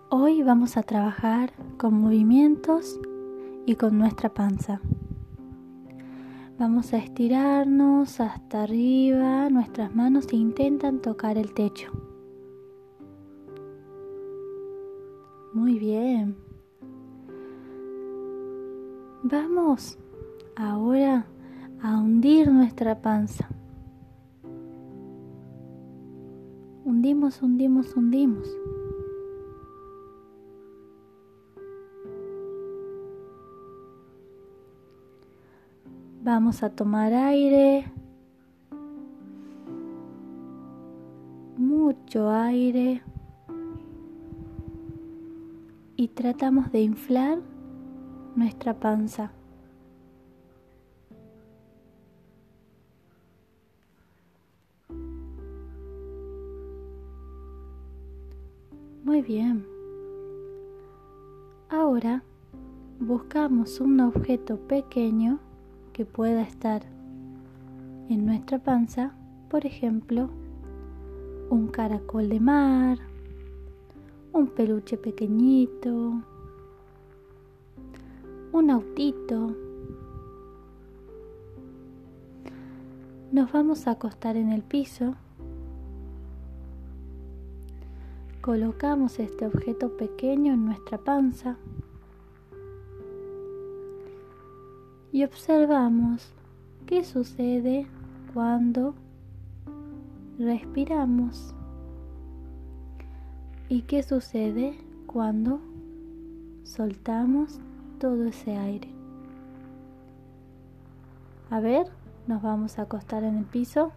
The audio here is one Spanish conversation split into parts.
Hoy vamos a trabajar con movimientos y con nuestra panza. Vamos a estirarnos hasta arriba, nuestras manos intentan tocar el techo. Muy bien. Vamos ahora a hundir nuestra panza. Hundimos, hundimos, hundimos. Vamos a tomar aire, mucho aire, y tratamos de inflar nuestra panza. Muy bien. Ahora buscamos un objeto pequeño que pueda estar en nuestra panza, por ejemplo, un caracol de mar, un peluche pequeñito, un autito. Nos vamos a acostar en el piso. Colocamos este objeto pequeño en nuestra panza y observamos qué sucede cuando respiramos y qué sucede cuando soltamos todo ese aire. A ver, nos vamos a acostar en el piso.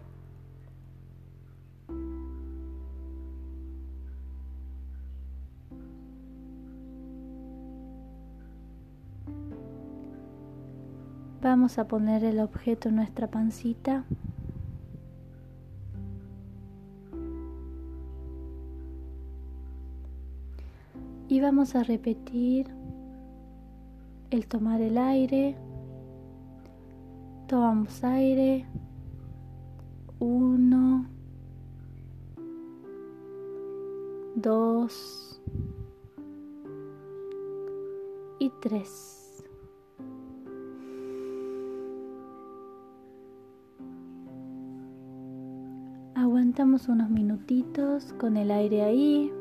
Vamos a poner el objeto en nuestra pancita. Y vamos a repetir el tomar el aire. Tomamos aire. 1, 2 y 3. Aguantamos unos minutitos con el aire ahí.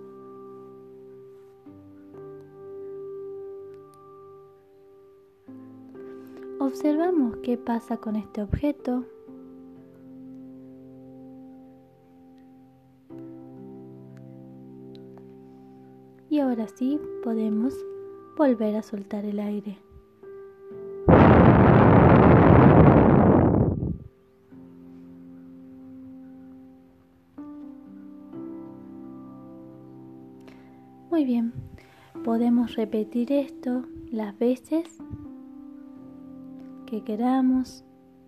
Observamos qué pasa con este objeto. Y ahora sí podemos volver a soltar el aire. Muy bien, podemos repetir esto las veces que queramos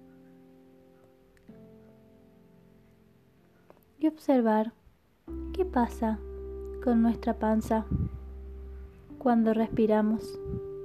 y observar qué pasa con nuestra panza cuando respiramos.